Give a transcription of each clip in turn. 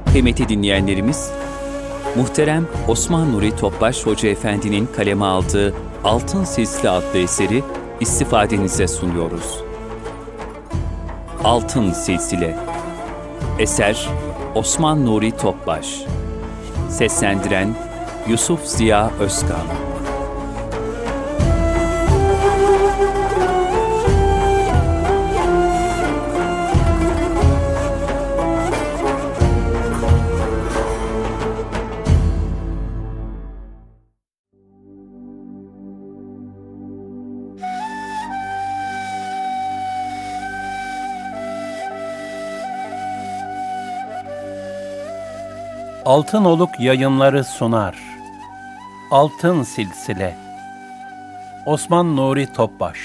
Kıymetli dinleyenlerimiz, muhterem Osman Nuri Topbaş Hoca Efendi'nin kaleme aldığı Altın Silsile adlı eseri istifadenize sunuyoruz. Altın Silsile. Eser Osman Nuri Topbaş. Seslendiren Yusuf Ziya Özkan. Altınoluk Yayınları sunar. Altın Silsile. Osman Nuri Topbaş.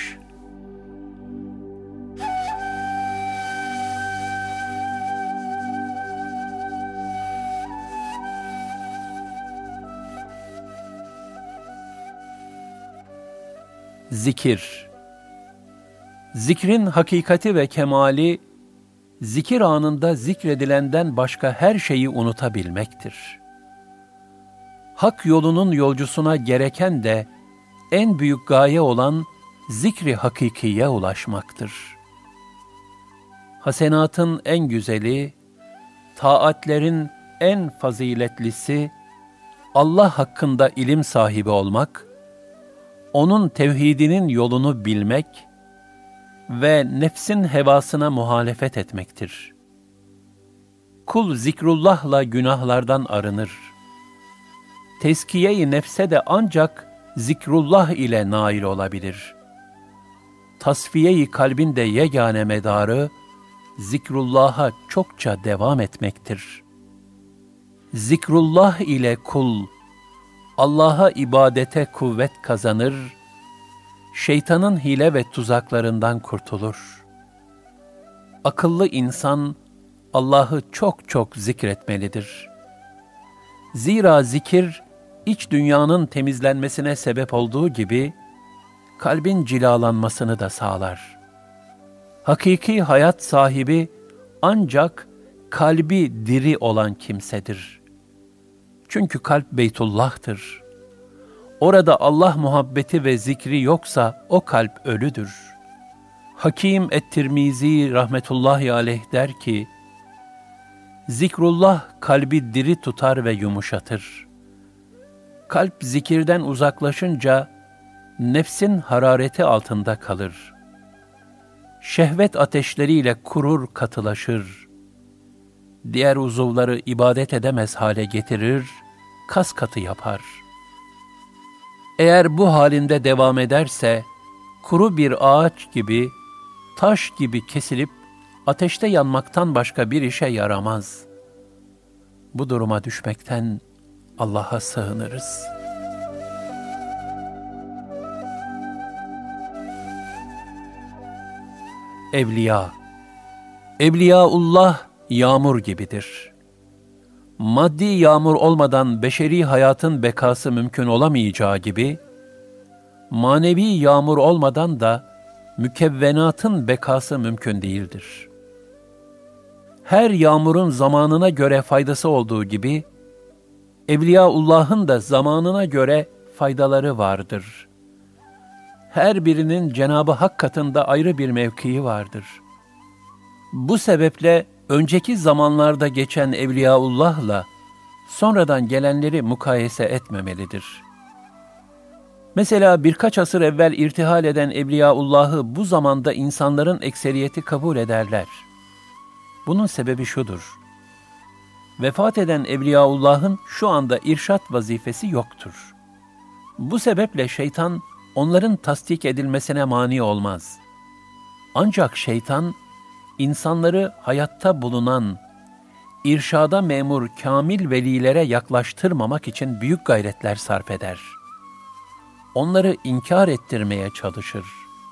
Zikir. Zikrin hakikati ve kemali, zikir anında zikredilenden başka her şeyi unutabilmektir. Hak yolunun yolcusuna gereken de en büyük gaye olan zikri hakikiye ulaşmaktır. Hasenatın en güzeli, taatlerin en faziletlisi, Allah hakkında ilim sahibi olmak, onun tevhidinin yolunu bilmek ve nefsin hevasına muhalefet etmektir. Kul zikrullahla günahlardan arınır. Tezkiye-i nefse de ancak zikrullah ile nail olabilir. Tasfiye-i kalbin de yegane medarı, zikrullah'a çokça devam etmektir. Zikrullah ile kul, Allah'a ibadete kuvvet kazanır, şeytanın hile ve tuzaklarından kurtulur. Akıllı insan Allah'ı çok çok zikretmelidir. Zira zikir, iç dünyanın temizlenmesine sebep olduğu gibi, kalbin cilalanmasını da sağlar. Hakiki hayat sahibi ancak kalbi diri olan kimsedir. Çünkü kalp Beytullah'tır. Orada Allah muhabbeti ve zikri yoksa o kalp ölüdür. Hakim et-Tirmizi rahmetullahi aleyh der ki, zikrullah kalbi diri tutar ve yumuşatır. Kalp zikirden uzaklaşınca nefsin harareti altında kalır. Şehvet ateşleriyle kurur katılaşır. Diğer uzuvları ibadet edemez hale getirir, kas katı yapar. Eğer bu halinde devam ederse, kuru bir ağaç gibi, taş gibi kesilip, ateşte yanmaktan başka bir işe yaramaz. Bu duruma düşmekten Allah'a sığınırız. Evliya. Evliyaullah yağmur gibidir. Maddi yağmur olmadan beşeri hayatın bekası mümkün olamayacağı gibi, manevi yağmur olmadan da mükevvenatın bekası mümkün değildir. Her yağmurun zamanına göre faydası olduğu gibi, Evliyaullah'ın da zamanına göre faydaları vardır. Her birinin Cenab-ı Hak katında ayrı bir mevkii vardır. Bu sebeple önceki zamanlarda geçen Evliyaullah'la sonradan gelenleri mukayese etmemelidir. Mesela birkaç asır evvel irtihal eden Evliyaullah'ı bu zamanda insanların ekseriyeti kabul ederler. Bunun sebebi şudur: vefat eden Evliyaullah'ın şu anda irşat vazifesi yoktur. Bu sebeple şeytan onların tasdik edilmesine mani olmaz. Ancak şeytan, insanları hayatta bulunan, irşada memur kamil velilere yaklaştırmamak için büyük gayretler sarf eder. Onları inkar ettirmeye çalışır.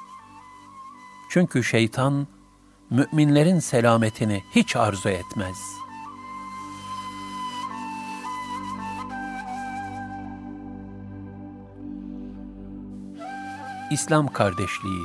Çünkü şeytan, müminlerin selametini hiç arzu etmez. İslam kardeşliği.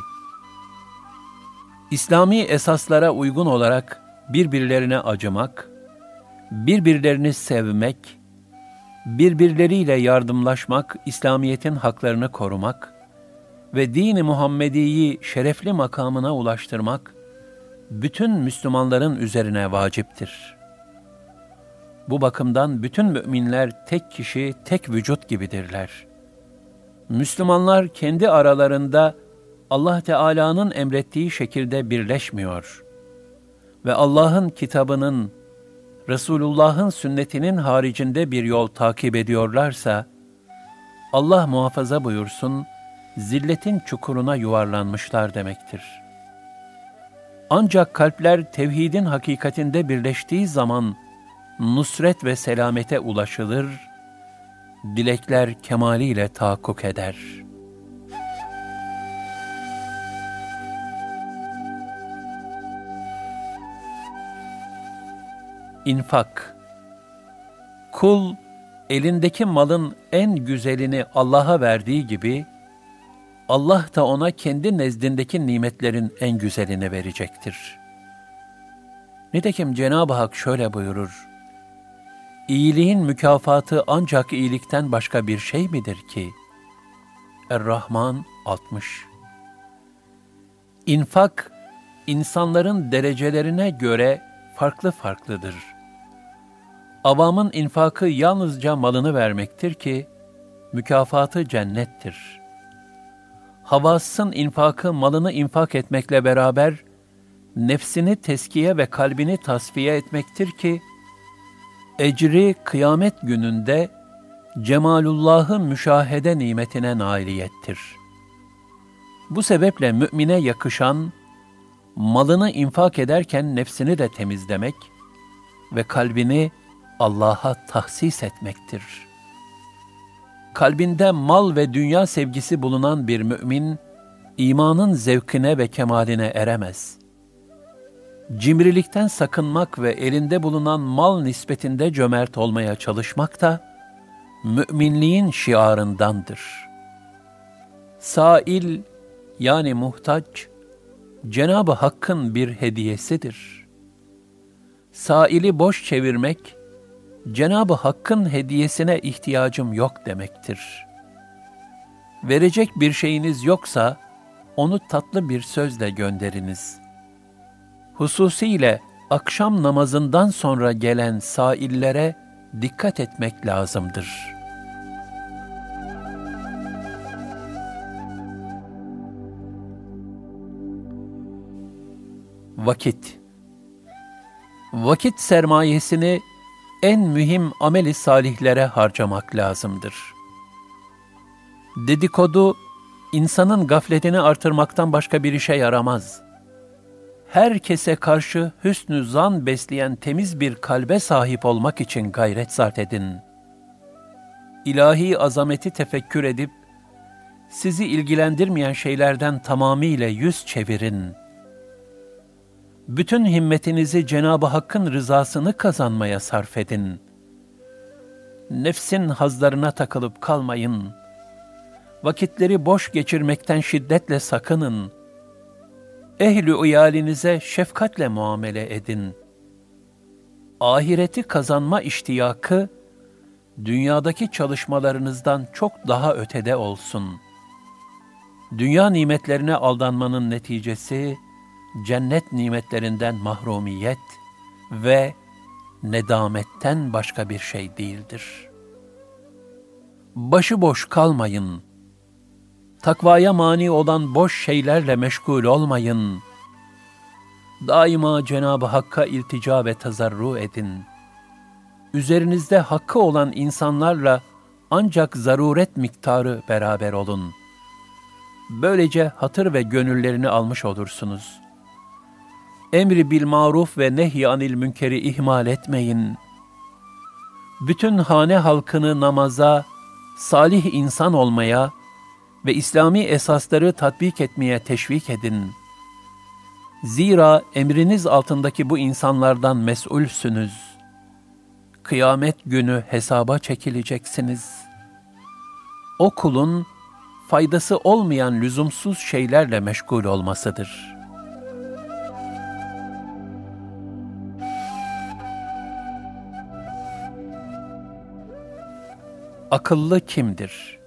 İslami esaslara uygun olarak birbirlerine acımak, birbirlerini sevmek, birbirleriyle yardımlaşmak, İslamiyet'in haklarını korumak ve din-i Muhammedi'yi şerefli makamına ulaştırmak, bütün Müslümanların üzerine vaciptir. Bu bakımdan bütün müminler tek kişi, tek vücut gibidirler. Müslümanlar kendi aralarında Allah Teala'nın emrettiği şekilde birleşmiyor ve Allah'ın kitabının, Resulullah'ın sünnetinin haricinde bir yol takip ediyorlarsa, Allah muhafaza buyursun, zilletin çukuruna yuvarlanmışlar demektir. Ancak kalpler tevhidin hakikatinde birleştiği zaman nusret ve selamete ulaşılır, dilekler kemaliyle tahakkuk eder. İnfak. Kul, elindeki malın en güzelini Allah'a verdiği gibi, Allah da ona kendi nezdindeki nimetlerin en güzelini verecektir. Nitekim Cenab-ı Hak şöyle buyurur: İyiliğin mükafatı ancak iyilikten başka bir şey midir ki? Er-Rahman 60. İnfak, insanların derecelerine göre farklı farklıdır. Avamın infakı yalnızca malını vermektir ki, mükafatı cennettir. Havasın infakı malını infak etmekle beraber, nefsini teskiye ve kalbini tasfiye etmektir ki, ecri kıyamet gününde cemalullah'ı müşahede nimetine nailiyettir. Bu sebeple mümine yakışan, malını infak ederken nefsini de temizlemek ve kalbini Allah'a tahsis etmektir. Kalbinde mal ve dünya sevgisi bulunan bir mümin, imanın zevkine ve kemaline eremez. Cimrilikten sakınmak ve elinde bulunan mal nispetinde cömert olmaya çalışmak da, müminliğin şiarındandır. Sail, yani muhtaç, Cenab-ı Hakk'ın bir hediyesidir. Saili boş çevirmek, Cenab-ı Hakk'ın hediyesine ihtiyacım yok demektir. Verecek bir şeyiniz yoksa, onu tatlı bir sözle gönderiniz. Hususiyle akşam namazından sonra gelen saillere dikkat etmek lazımdır. Vakit. Vakit sermayesini en mühim ameli salihlere harcamak lazımdır. Dedikodu, insanın gafletini artırmaktan başka bir işe yaramaz. Herkese karşı hüsnü zan besleyen temiz bir kalbe sahip olmak için gayret sarf edin. İlahi azameti tefekkür edip, sizi ilgilendirmeyen şeylerden tamamıyla yüz çevirin. Bütün himmetinizi Cenab-ı Hakk'ın rızasını kazanmaya sarf edin. Nefsin hazlarına takılıp kalmayın. Vakitleri boş geçirmekten şiddetle sakının. Ehl-i iyalinize şefkatle muamele edin. Ahireti kazanma iştiyakı, dünyadaki çalışmalarınızdan çok daha ötede olsun. Dünya nimetlerine aldanmanın neticesi, cennet nimetlerinden mahrumiyet ve nedametten başka bir şey değildir. Başıboş kalmayın. Takvaya mani olan boş şeylerle meşgul olmayın. Daima Cenab-ı Hakk'a iltica ve tazarru edin. Üzerinizde hakkı olan insanlarla ancak zaruret miktarı beraber olun. Böylece hatır ve gönüllerini almış olursunuz. Emri bil maruf ve nehy anil münkeri ihmal etmeyin. Bütün hane halkını namaza, salih insan olmaya ve İslami esasları tatbik etmeye teşvik edin. Zira emriniz altındaki bu insanlardan mesulsünüz. Kıyamet günü hesaba çekileceksiniz. O kulun faydası olmayan lüzumsuz şeylerle meşgul olmasıdır. Akıllı kimdir?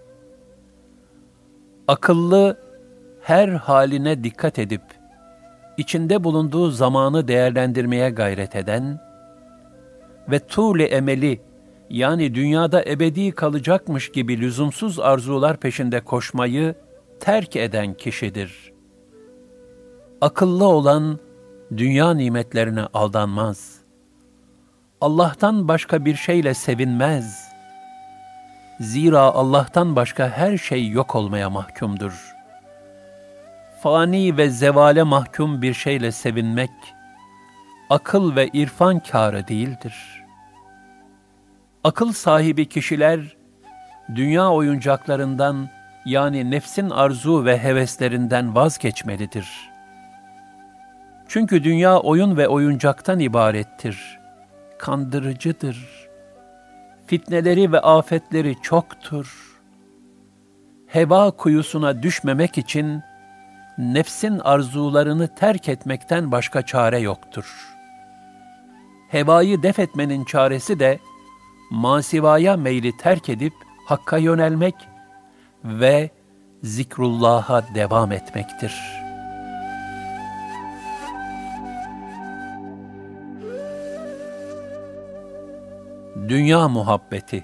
Akıllı, her haline dikkat edip, içinde bulunduğu zamanı değerlendirmeye gayret eden ve tuğle emeli, yani dünyada ebedi kalacakmış gibi lüzumsuz arzular peşinde koşmayı terk eden kişidir. Akıllı olan, dünya nimetlerine aldanmaz. Allah'tan başka bir şeyle sevinmez. Zira Allah'tan başka her şey yok olmaya mahkumdur. Fani ve zevale mahkum bir şeyle sevinmek, akıl ve irfan kârı değildir. Akıl sahibi kişiler, dünya oyuncaklarından, yani nefsin arzu ve heveslerinden vazgeçmelidir. Çünkü dünya oyun ve oyuncaktan ibarettir. Kandırıcıdır. Fitneleri ve afetleri çoktur. Heva kuyusuna düşmemek için nefsin arzularını terk etmekten başka çare yoktur. Hevayı def etmenin çaresi de masivaya meyli terk edip Hakk'a yönelmek ve zikrullah'a devam etmektir. Dünya muhabbeti.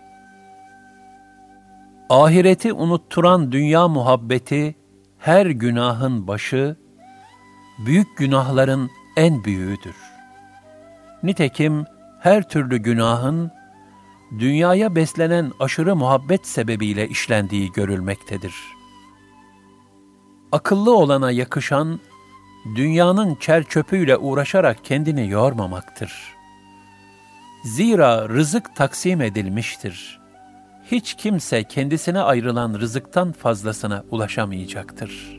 Ahireti unutturan dünya muhabbeti her günahın başı, büyük günahların en büyüğüdür. Nitekim her türlü günahın dünyaya beslenen aşırı muhabbet sebebiyle işlendiği görülmektedir. Akıllı olana yakışan, dünyanın çer çöpüyle uğraşarak kendini yormamaktır. Zira rızık taksim edilmiştir. Hiç kimse kendisine ayrılan rızıktan fazlasına ulaşamayacaktır.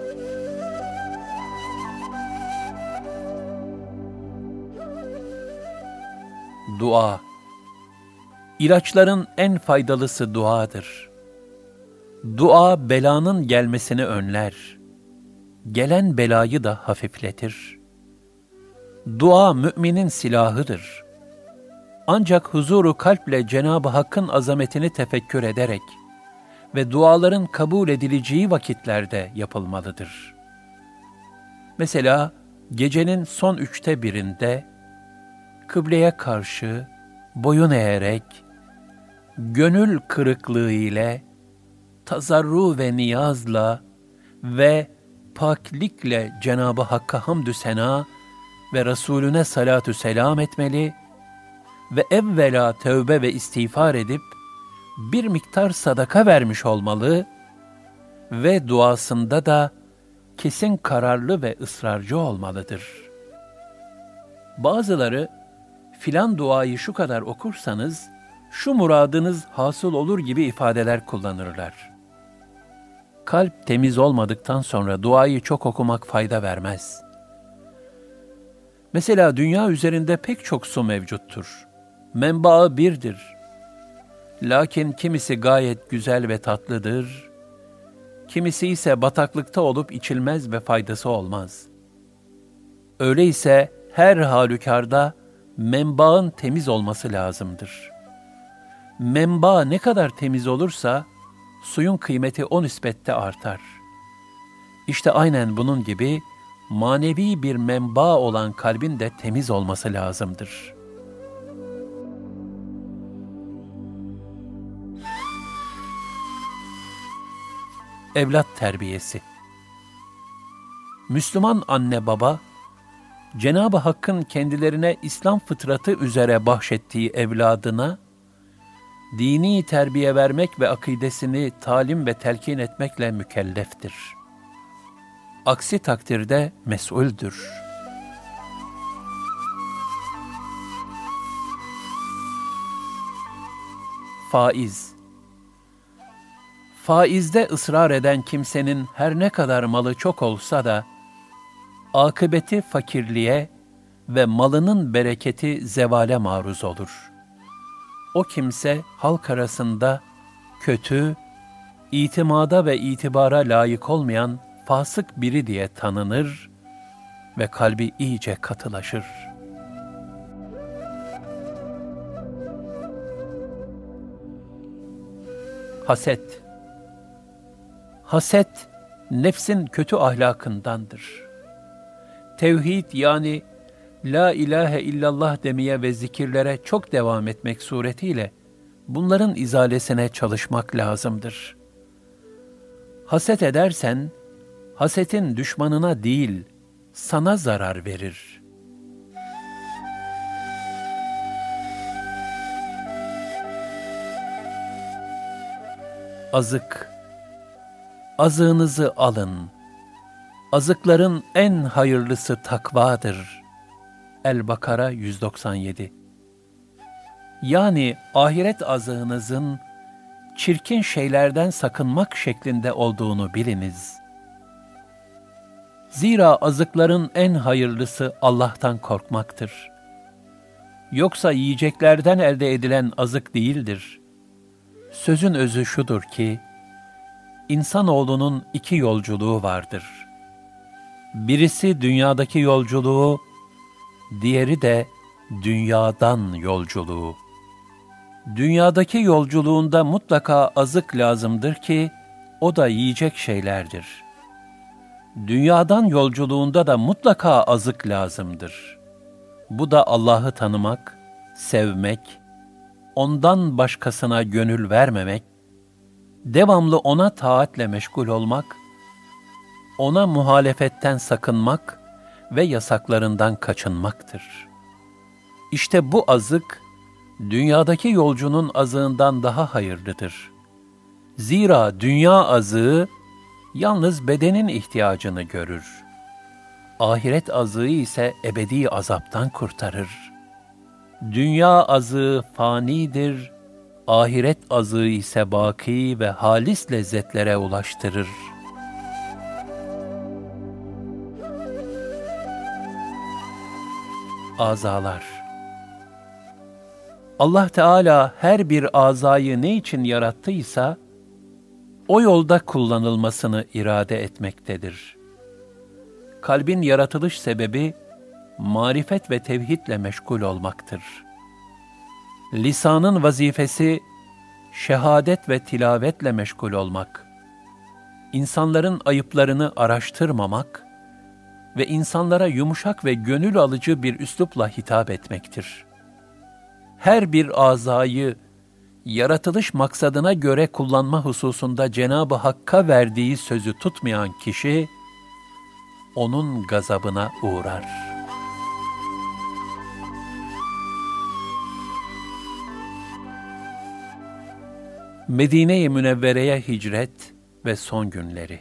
Dua. İlaçların en faydalısı duadır. Dua belanın gelmesini önler. Gelen belayı da hafifletir. Dua müminin silahıdır. Ancak huzuru kalple Cenab-ı Hakk'ın azametini tefekkür ederek ve duaların kabul edileceği vakitlerde yapılmalıdır. Mesela gecenin son 1/3'inde kıbleye karşı boyun eğerek, gönül kırıklığı ile, tazarru ve niyazla ve paklikle Cenab-ı Hakk'a hamdü sena ve Resulüne salatü selam etmeli ve evvela tövbe ve istiğfar edip bir miktar sadaka vermiş olmalı ve duasında da kesin kararlı ve ısrarcı olmalıdır. Bazıları, filan duayı şu kadar okursanız, şu muradınız hasıl olur gibi ifadeler kullanırlar. Kalp temiz olmadıktan sonra duayı çok okumak fayda vermez. Mesela dünya üzerinde pek çok su mevcuttur. Menbaı birdir. Lakin kimisi gayet güzel ve tatlıdır, kimisi ise bataklıkta olup içilmez ve faydası olmaz. Öyleyse her halükarda menbaın temiz olması lazımdır. Menba ne kadar temiz olursa, suyun kıymeti o nispette artar. İşte aynen bunun gibi, manevi bir menba olan kalbin de temiz olması lazımdır. Evlat terbiyesi. Müslüman anne baba, Cenab-ı Hakk'ın kendilerine İslam fıtratı üzere bahşettiği evladına, dini terbiye vermek ve akidesini talim ve telkin etmekle mükelleftir. Aksi takdirde mes'uldür. Faiz. Faizde ısrar eden kimsenin her ne kadar malı çok olsa da, akıbeti fakirliğe ve malının bereketi zevale maruz olur. O kimse halk arasında kötü, itimada ve itibara layık olmayan fasık biri diye tanınır ve kalbi iyice katılaşır. Haset. Haset, nefsin kötü ahlakındandır. Tevhid yani La ilahe illallah demeye ve zikirlere çok devam etmek suretiyle bunların izalesine çalışmak lazımdır. Haset edersen, hasetin düşmanına değil, sana zarar verir. Azık. Azığınızı alın. Azıkların en hayırlısı takvadır. El-Bakara 197. Yani ahiret azığınızın çirkin şeylerden sakınmak şeklinde olduğunu biliniz. Zira azıkların en hayırlısı Allah'tan korkmaktır. Yoksa yiyeceklerden elde edilen azık değildir. Sözün özü şudur ki, insanoğlunun iki yolculuğu vardır. Birisi dünyadaki yolculuğu, diğeri de dünyadan yolculuğu. Dünyadaki yolculuğunda mutlaka azık lazımdır ki, o da yiyecek şeylerdir. Dünyadan yolculuğunda da mutlaka azık lazımdır. Bu da Allah'ı tanımak, sevmek, ondan başkasına gönül vermemek, devamlı ona taatle meşgul olmak, ona muhalefetten sakınmak ve yasaklarından kaçınmaktır. İşte bu azık, dünyadaki yolcunun azığından daha hayırlıdır. Zira dünya azığı, yalnız bedenin ihtiyacını görür. Ahiret azığı ise ebedi azaptan kurtarır. Dünya azığı fanidir, ahiret azığı ise baki ve halis lezzetlere ulaştırır. Azalar. Allah Teala her bir azayı ne için yarattıysa, o yolda kullanılmasını irade etmektedir. Kalbin yaratılış sebebi, marifet ve tevhidle meşgul olmaktır. Lisanın vazifesi, şehadet ve tilavetle meşgul olmak. İnsanların ayıplarını araştırmamak ve insanlara yumuşak ve gönül alıcı bir üslupla hitap etmektir. Her bir azayı, yaratılış maksadına göre kullanma hususunda Cenab-ı Hakk'a verdiği sözü tutmayan kişi, onun gazabına uğrar. Medine-i Münevvere'ye hicret ve son günleri.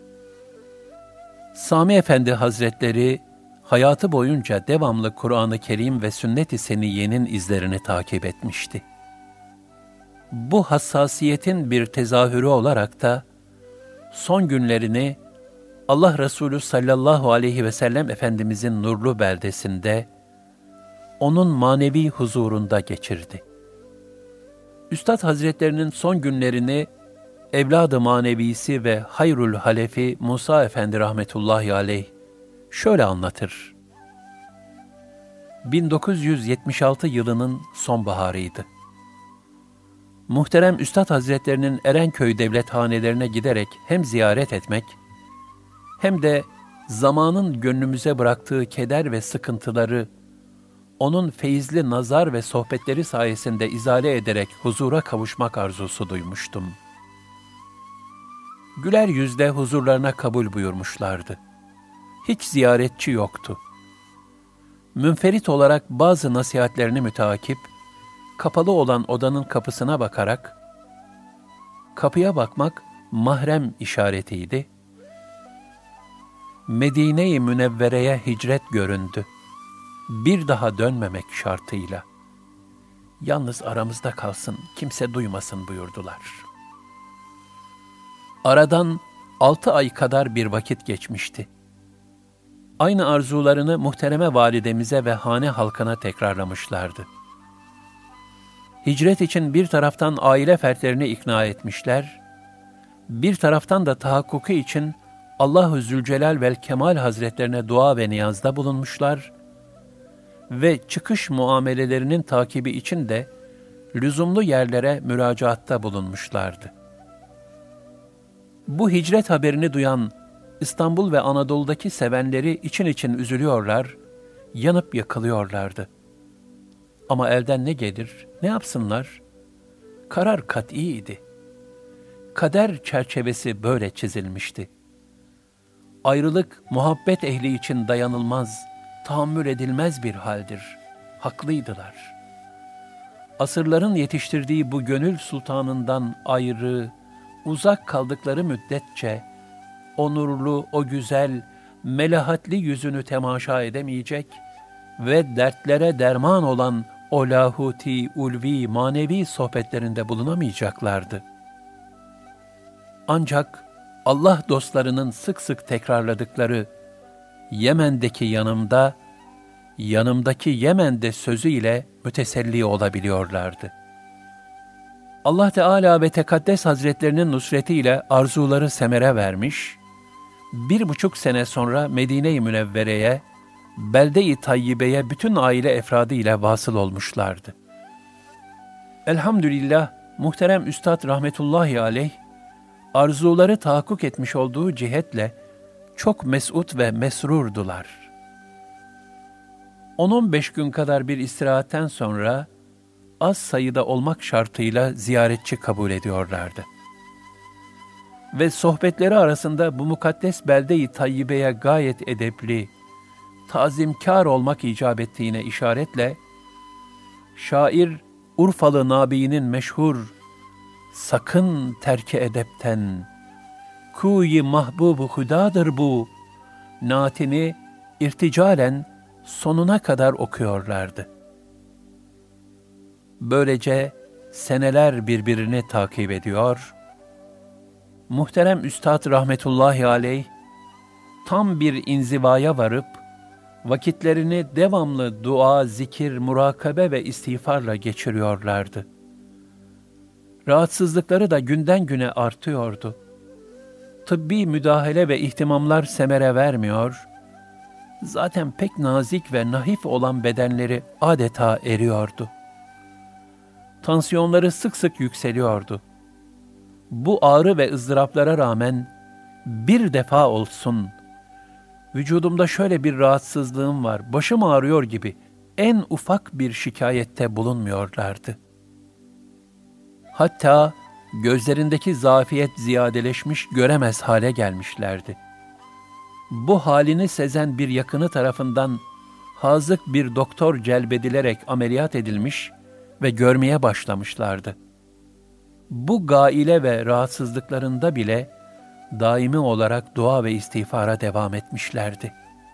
Sami Efendi Hazretleri, hayatı boyunca devamlı Kur'an-ı Kerim ve Sünnet-i Seniyye'nin izlerini takip etmişti. Bu hassasiyetin bir tezahürü olarak da, son günlerini Allah Resulü sallallahu aleyhi ve sellem Efendimizin nurlu beldesinde, onun manevi huzurunda geçirdi. Üstad Hazretlerinin son günlerini, evladı manevisi ve hayrul halefi Musa Efendi rahmetullahi aleyh şöyle anlatır. 1976 yılının sonbaharıydı. Muhterem Üstad Hazretlerinin Erenköy devlethanelerine giderek hem ziyaret etmek, hem de zamanın gönlümüze bıraktığı keder ve sıkıntıları, onun feyizli nazar ve sohbetleri sayesinde izale ederek huzura kavuşmak arzusu duymuştum. Güler yüzle huzurlarına kabul buyurmuşlardı. Hiç ziyaretçi yoktu. Münferit olarak bazı nasihatlerini müteakip, kapalı olan odanın kapısına bakarak, kapıya bakmak mahrem işaretiydi. Medine-i Münevvere'ye hicret göründü. Bir daha dönmemek şartıyla. Yalnız aramızda kalsın, kimse duymasın buyurdular. Aradan 6 ay kadar bir vakit geçmişti. Aynı arzularını muhtereme validemize ve hane halkına tekrarlamışlardı. Hicret için bir taraftan aile fertlerini ikna etmişler, bir taraftan da tahakkuku için Allah-u Zülcelal vel Kemal Hazretlerine dua ve niyazda bulunmuşlar ve çıkış muamelelerinin takibi için de lüzumlu yerlere müracaatta bulunmuşlardı. Bu hicret haberini duyan İstanbul ve Anadolu'daki sevenleri için için üzülüyorlar, yanıp yakılıyorlardı. Ama elden ne gelir, ne yapsınlar? Karar kat'iydi. Kader çerçevesi böyle çizilmişti. Ayrılık, muhabbet ehli için dayanılmaz, tahammül edilmez bir haldir. Haklıydılar. Asırların yetiştirdiği bu gönül sultanından ayrı, uzak kaldıkları müddetçe, o nurlu, o güzel, melahatli yüzünü temaşa edemeyecek ve dertlere derman olan o lahuti, ulvi, manevi sohbetlerinde bulunamayacaklardı. Ancak Allah dostlarının sık sık tekrarladıkları Yemen'deki yanımda, yanımdaki Yemen'de sözü ile müteselli olabiliyorlardı. Allah Teala ve Tekaddes Hazretlerinin nusretiyle arzuları semere vermiş, 1,5 sene sonra Medine-i Münevvere'ye, Belde-i Tayyibe'ye bütün aile efradı ile vasıl olmuşlardı. Elhamdülillah, muhterem Üstad rahmetullahi aleyh, arzuları tahakkuk etmiş olduğu cihetle çok mes'ud ve mesrurdular. 10-15 gün kadar bir istirahatten sonra az sayıda olmak şartıyla ziyaretçi kabul ediyorlardı. Ve sohbetleri arasında bu mukaddes belde-i Tayyibe'ye gayet edepli, tazimkar olmak icap ettiğine işaretle, şair Urfalı Nabi'nin meşhur "Sakın terki edepten, kuyi mahbub-u hudadır bu" naatini irticalen sonuna kadar okuyorlardı. Böylece seneler birbirini takip ediyor, muhterem Üstad rahmetullahi aleyh tam bir inzivaya varıp vakitlerini devamlı dua, zikir, murakabe ve istiğfarla geçiriyorlardı. Rahatsızlıkları da günden güne artıyordu. Tıbbi müdahale ve ihtimamlar semere vermiyor, zaten pek nazik ve naif olan bedenleri adeta eriyordu. Tansiyonları sık sık yükseliyordu. Bu ağrı ve ızdıraplara rağmen bir defa olsun, vücudumda şöyle bir rahatsızlığım var, başım ağrıyor gibi en ufak bir şikayette bulunmuyorlardı. Hatta gözlerindeki zafiyet ziyadeleşmiş, göremez hale gelmişlerdi. Bu halini sezen bir yakını tarafından hazık bir doktor celbedilerek ameliyat edilmiş ve görmeye başlamışlardı. Bu gaile ve rahatsızlıklarında bile daimi olarak dua ve istiğfara devam etmişlerdi.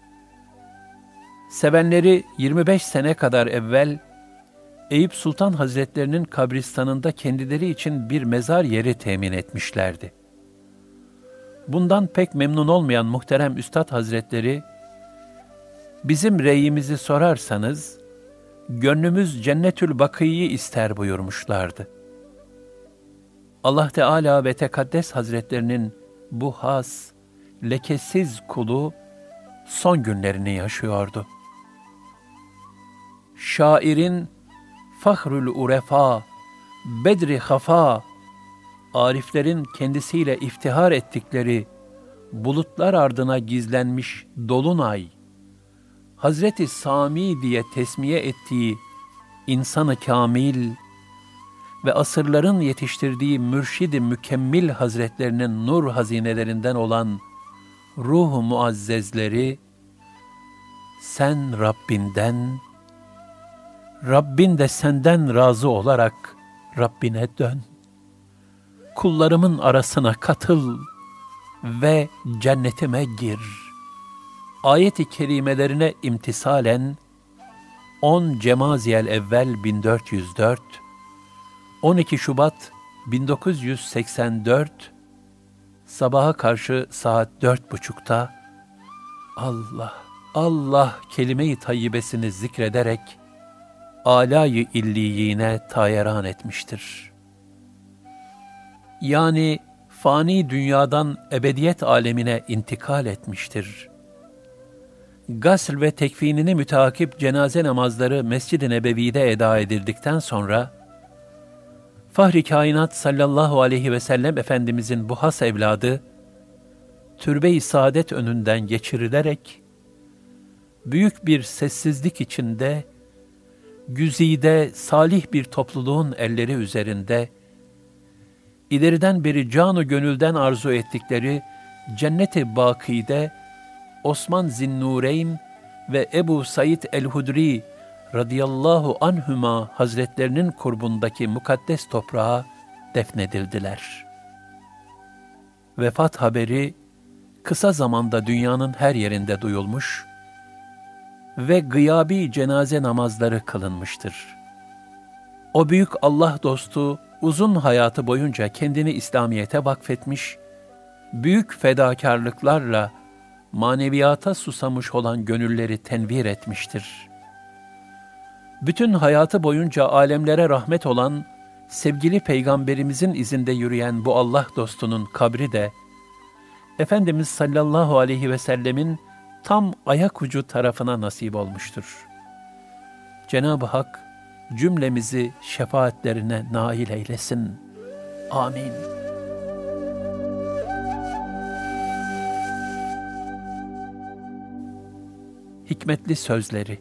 Sevenleri 25 sene kadar evvel Eyüp Sultan Hazretlerinin kabristanında kendileri için bir mezar yeri temin etmişlerdi. Bundan pek memnun olmayan muhterem Üstad Hazretleri, bizim reyimizi sorarsanız, gönlümüz Cennetül Bakî'yi ister buyurmuşlardı. Allah Teala ve Tekaddes Hazretlerinin bu has, lekesiz kulu son günlerini yaşıyordu. Şairin Fahrül Urefa, Bedri Hafa, ariflerin kendisiyle iftihar ettikleri bulutlar ardına gizlenmiş dolunay, Hazreti Sami diye tesmiye ettiği insan-ı kamil ve asırların yetiştirdiği mürşid-i mükemmel hazretlerinin nur hazinelerinden olan ruh-u muazzezleri, sen Rabbinden, Rabbin de senden razı olarak Rabbine dön. Kullarımın arasına katıl ve cennetime gir. Ayet-i kerimelerine imtisalen 10 Cemaziyel evvel 1404, 12 Şubat 1984, sabaha karşı saat 4.30'da Allah, Allah kelime-i tayyibesini zikrederek âlâ-yı illiyine tayeran etmiştir. Yani fani dünyadan ebediyet alemine intikal etmiştir. Gasl ve tekfinini müteakip cenaze namazları Mescid-i Nebevi'de eda edildikten sonra, Fahri kainat sallallahu aleyhi ve sellem Efendimizin bu has evladı, türbe-i saadet önünden geçirilerek, büyük bir sessizlik içinde, güzide, salih bir topluluğun elleri üzerinde, ileriden beri can-ı gönülden arzu ettikleri cennet-i bakide, Osman Zinnureyn ve Ebu Said el-Hudri radıyallahu anhüma hazretlerinin kurbundaki mukaddes toprağa defnedildiler. Vefat haberi kısa zamanda dünyanın her yerinde duyulmuş ve gıyabi cenaze namazları kılınmıştır. O büyük Allah dostu uzun hayatı boyunca kendini İslamiyet'e vakfetmiş, büyük fedakarlıklarla maneviyata susamış olan gönülleri tenvir etmiştir. Bütün hayatı boyunca alemlere rahmet olan, sevgili Peygamberimizin izinde yürüyen bu Allah dostunun kabri de, Efendimiz sallallahu aleyhi ve sellemin tam ayak ucu tarafına nasip olmuştur. Cenab-ı Hak cümlemizi şefaatlerine nail eylesin. Amin. Hikmetli sözleri.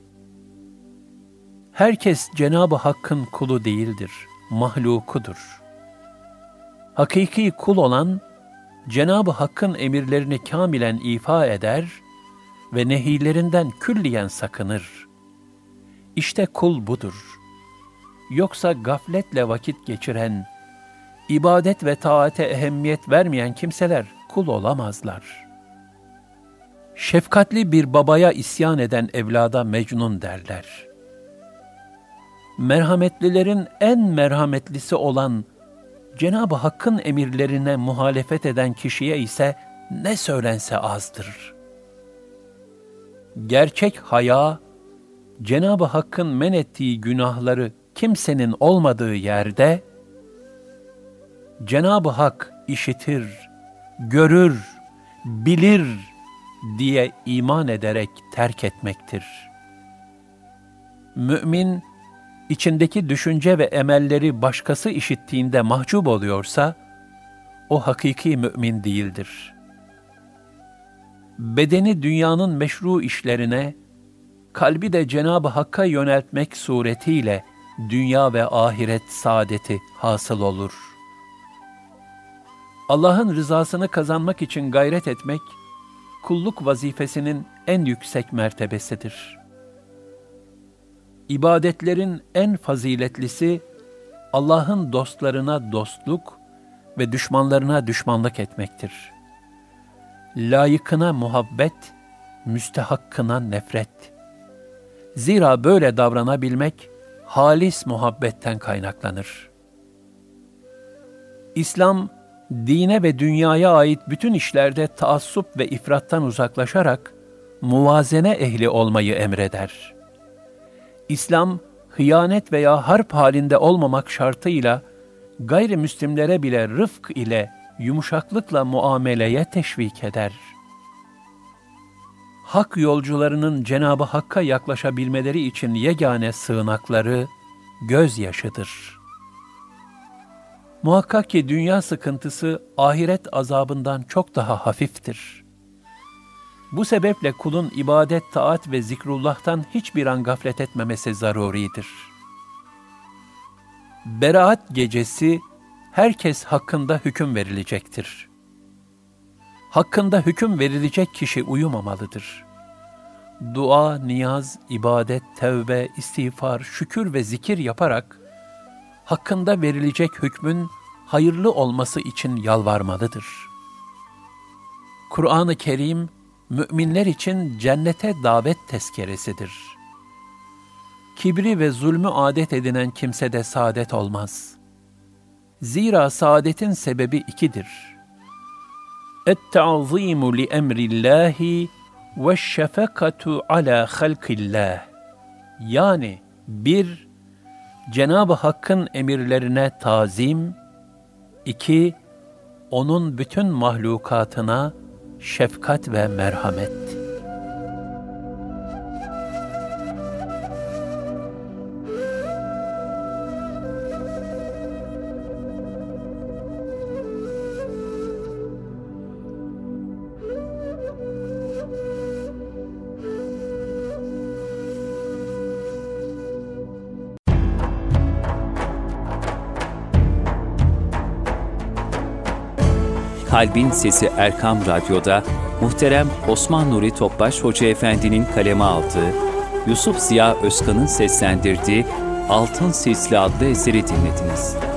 Herkes Cenab-ı Hakk'ın kulu değildir, mahlukudur. Hakiki kul olan, Cenab-ı Hakk'ın emirlerini kamilen ifa eder ve nehilerinden külliyen sakınır. İşte kul budur. Yoksa gafletle vakit geçiren, ibadet ve taate ehemmiyet vermeyen kimseler kul olamazlar. Şefkatli bir babaya isyan eden evlada mecnun derler. Merhametlilerin en merhametlisi olan Cenab-ı Hakk'ın emirlerine muhalefet eden kişiye ise ne söylense azdır. Gerçek haya, Cenab-ı Hakk'ın men ettiği günahları kimsenin olmadığı yerde, Cenab-ı Hak işitir, görür, bilir diye iman ederek terk etmektir. Mümin, içindeki düşünce ve emelleri başkası işittiğinde mahcup oluyorsa, o hakiki mümin değildir. Bedeni dünyanın meşru işlerine, kalbi de Cenab-ı Hakk'a yöneltmek suretiyle dünya ve ahiret saadeti hasıl olur. Allah'ın rızasını kazanmak için gayret etmek, kulluk vazifesinin en yüksek mertebesidir. İbadetlerin en faziletlisi, Allah'ın dostlarına dostluk ve düşmanlarına düşmanlık etmektir. Layıkına muhabbet, müstehakkına nefret. Zira böyle davranabilmek, halis muhabbetten kaynaklanır. İslam, dine ve dünyaya ait bütün işlerde taassup ve ifrattan uzaklaşarak, muvazene ehli olmayı emreder. İslam, hıyanet veya harp halinde olmamak şartıyla, gayrimüslimlere bile rıfk ile, yumuşaklıkla muameleye teşvik eder. Hak yolcularının Cenab-ı Hakk'a yaklaşabilmeleri için yegane sığınakları gözyaşıdır. Muhakkak ki dünya sıkıntısı ahiret azabından çok daha hafiftir. Bu sebeple kulun ibadet, taat ve zikrullah'tan hiçbir an gaflet etmemesi zaruridir. Beraat gecesi herkes hakkında hüküm verilecektir. Hakkında hüküm verilecek kişi uyumamalıdır. Dua, niyaz, ibadet, tevbe, istiğfar, şükür ve zikir yaparak hakkında verilecek hükmün hayırlı olması için yalvarmalıdır. Kur'an-ı Kerim, müminler için cennete davet tezkeresidir. Kibri ve zulmü adet edinen kimsede saadet olmaz. Zira saadetin sebebi ikidir. Et-ta'zimu li emrillahi ve'ş-şefekatu ala halkillah. Yani bir, Cenab-ı Hakk'ın emirlerine tazim, iki, onun bütün mahlukatına şefkat ve merhamet. Kalbin Sesi Erkam Radyo'da muhterem Osman Nuri Topbaş Hoca Efendi'nin kaleme aldığı, Yusuf Ziya Özkan'ın seslendirdiği Altın Sisli adlı eseri dinlediniz.